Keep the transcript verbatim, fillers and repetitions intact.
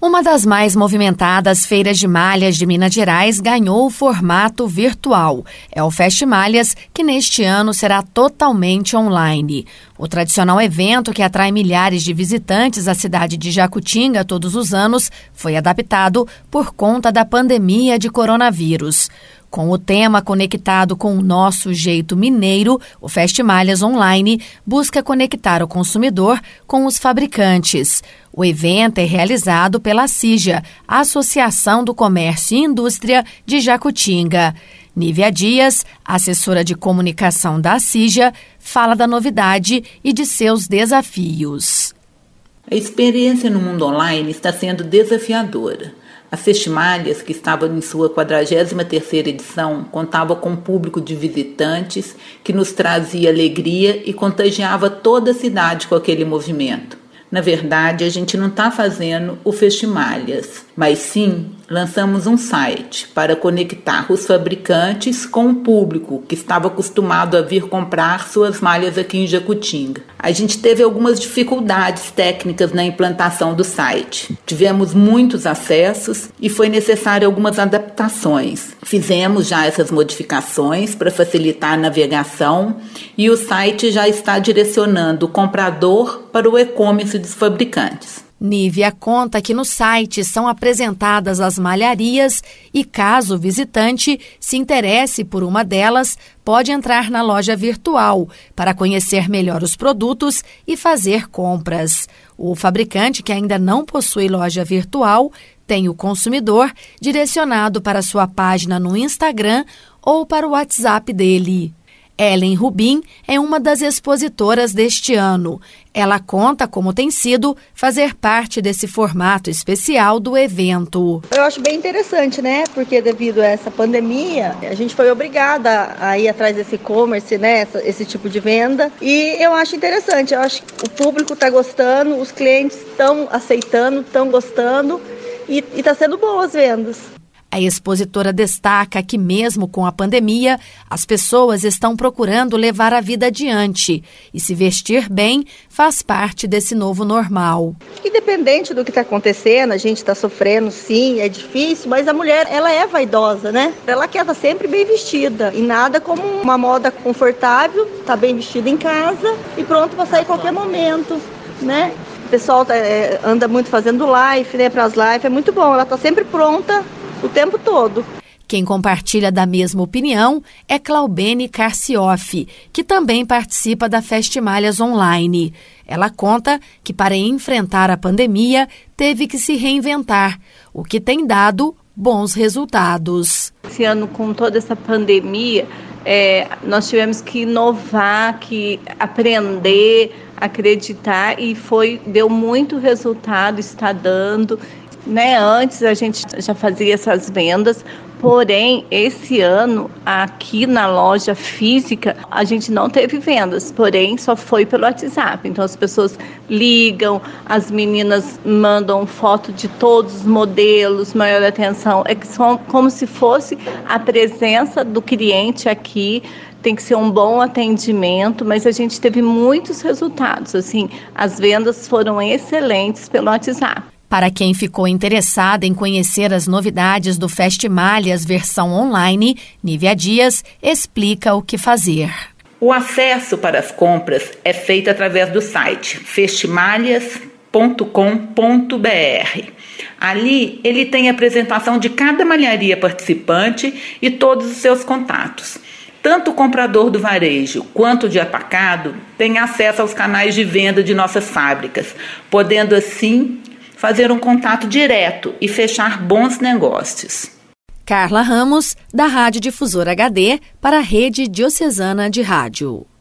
Uma das mais movimentadas feiras de malhas de Minas Gerais ganhou o formato virtual. É o Festimalhas, que neste ano será totalmente online. O tradicional evento, que atrai milhares de visitantes à cidade de Jacutinga todos os anos, foi adaptado por conta da pandemia de coronavírus. Com o tema conectado com o nosso jeito mineiro, o Festimalhas Online busca conectar o consumidor com os fabricantes. O evento é realizado pela CIJA, Associação do Comércio e Indústria de Jacutinga. Nívia Dias, assessora de comunicação da CIJA, fala da novidade e de seus desafios. A experiência no mundo online está sendo desafiadora. A Festimalhas, que estava em sua quadragésima terceira edição, contava com um público de visitantes que nos trazia alegria e contagiava toda a cidade com aquele movimento. Na verdade, a gente não está fazendo o Festimalhas, mas sim lançamos um site para conectar os fabricantes com o público que estava acostumado a vir comprar suas malhas aqui em Jacutinga. A gente teve algumas dificuldades técnicas na implantação do site. Tivemos muitos acessos e foi necessário algumas adaptações. Fizemos já essas modificações para facilitar a navegação e o site já está direcionando o comprador para o e-commerce dos fabricantes. Nívia conta que no site são apresentadas as malharias e, caso o visitante se interesse por uma delas, pode entrar na loja virtual para conhecer melhor os produtos e fazer compras. O fabricante, que ainda não possui loja virtual, tem o consumidor direcionado para sua página no Instagram ou para o WhatsApp dele. Ellen Rubin é uma das expositoras deste ano. Ela conta como tem sido fazer parte desse formato especial do evento. Eu acho bem interessante, né? Porque devido a essa pandemia, a gente foi obrigada a ir atrás desse e-commerce, né? Esse tipo de venda. E eu acho interessante. Eu acho que o público está gostando, os clientes estão aceitando, estão gostando e está sendo boas as vendas. A expositora destaca que, mesmo com a pandemia, as pessoas estão procurando levar a vida adiante e se vestir bem faz parte desse novo normal. Independente do que está acontecendo, a gente está sofrendo, sim, é difícil, mas a mulher, ela é vaidosa, né? Ela quer estar sempre bem vestida e nada como uma moda confortável, tá bem vestida em casa e pronto para sair a qualquer momento, né? O pessoal tá, é, anda muito fazendo live, né, para as lives, é muito bom, ela está sempre pronta o tempo todo. Quem compartilha da mesma opinião é Claubene Carcioff, que também participa da Festimalhas Online. Ela conta que, para enfrentar a pandemia, teve que se reinventar, o que tem dado bons resultados. Esse ano, com toda essa pandemia, é, nós tivemos que inovar, que aprender, acreditar, e foi, deu muito resultado, está dando. Né, antes a gente já fazia essas vendas, porém esse ano aqui na loja física a gente não teve vendas, porém só foi pelo WhatsApp. Então as pessoas ligam, as meninas mandam foto de todos os modelos, maior atenção, é que são como se fosse a presença do cliente aqui. Tem que ser um bom atendimento, mas a gente teve muitos resultados, assim, as vendas foram excelentes pelo WhatsApp. Para quem ficou interessado em conhecer as novidades do Festimalhas versão online, Nívia Dias explica o que fazer. O acesso para as compras é feito através do site festimalhas ponto com ponto b r. Ali ele tem a apresentação de cada malharia participante e todos os seus contatos. Tanto o comprador do varejo quanto de atacado tem acesso aos canais de venda de nossas fábricas, podendo assim fazer um contato direto e fechar bons negócios. Carla Ramos, da Rádio Difusora H D, para a Rede Diocesana de Rádio.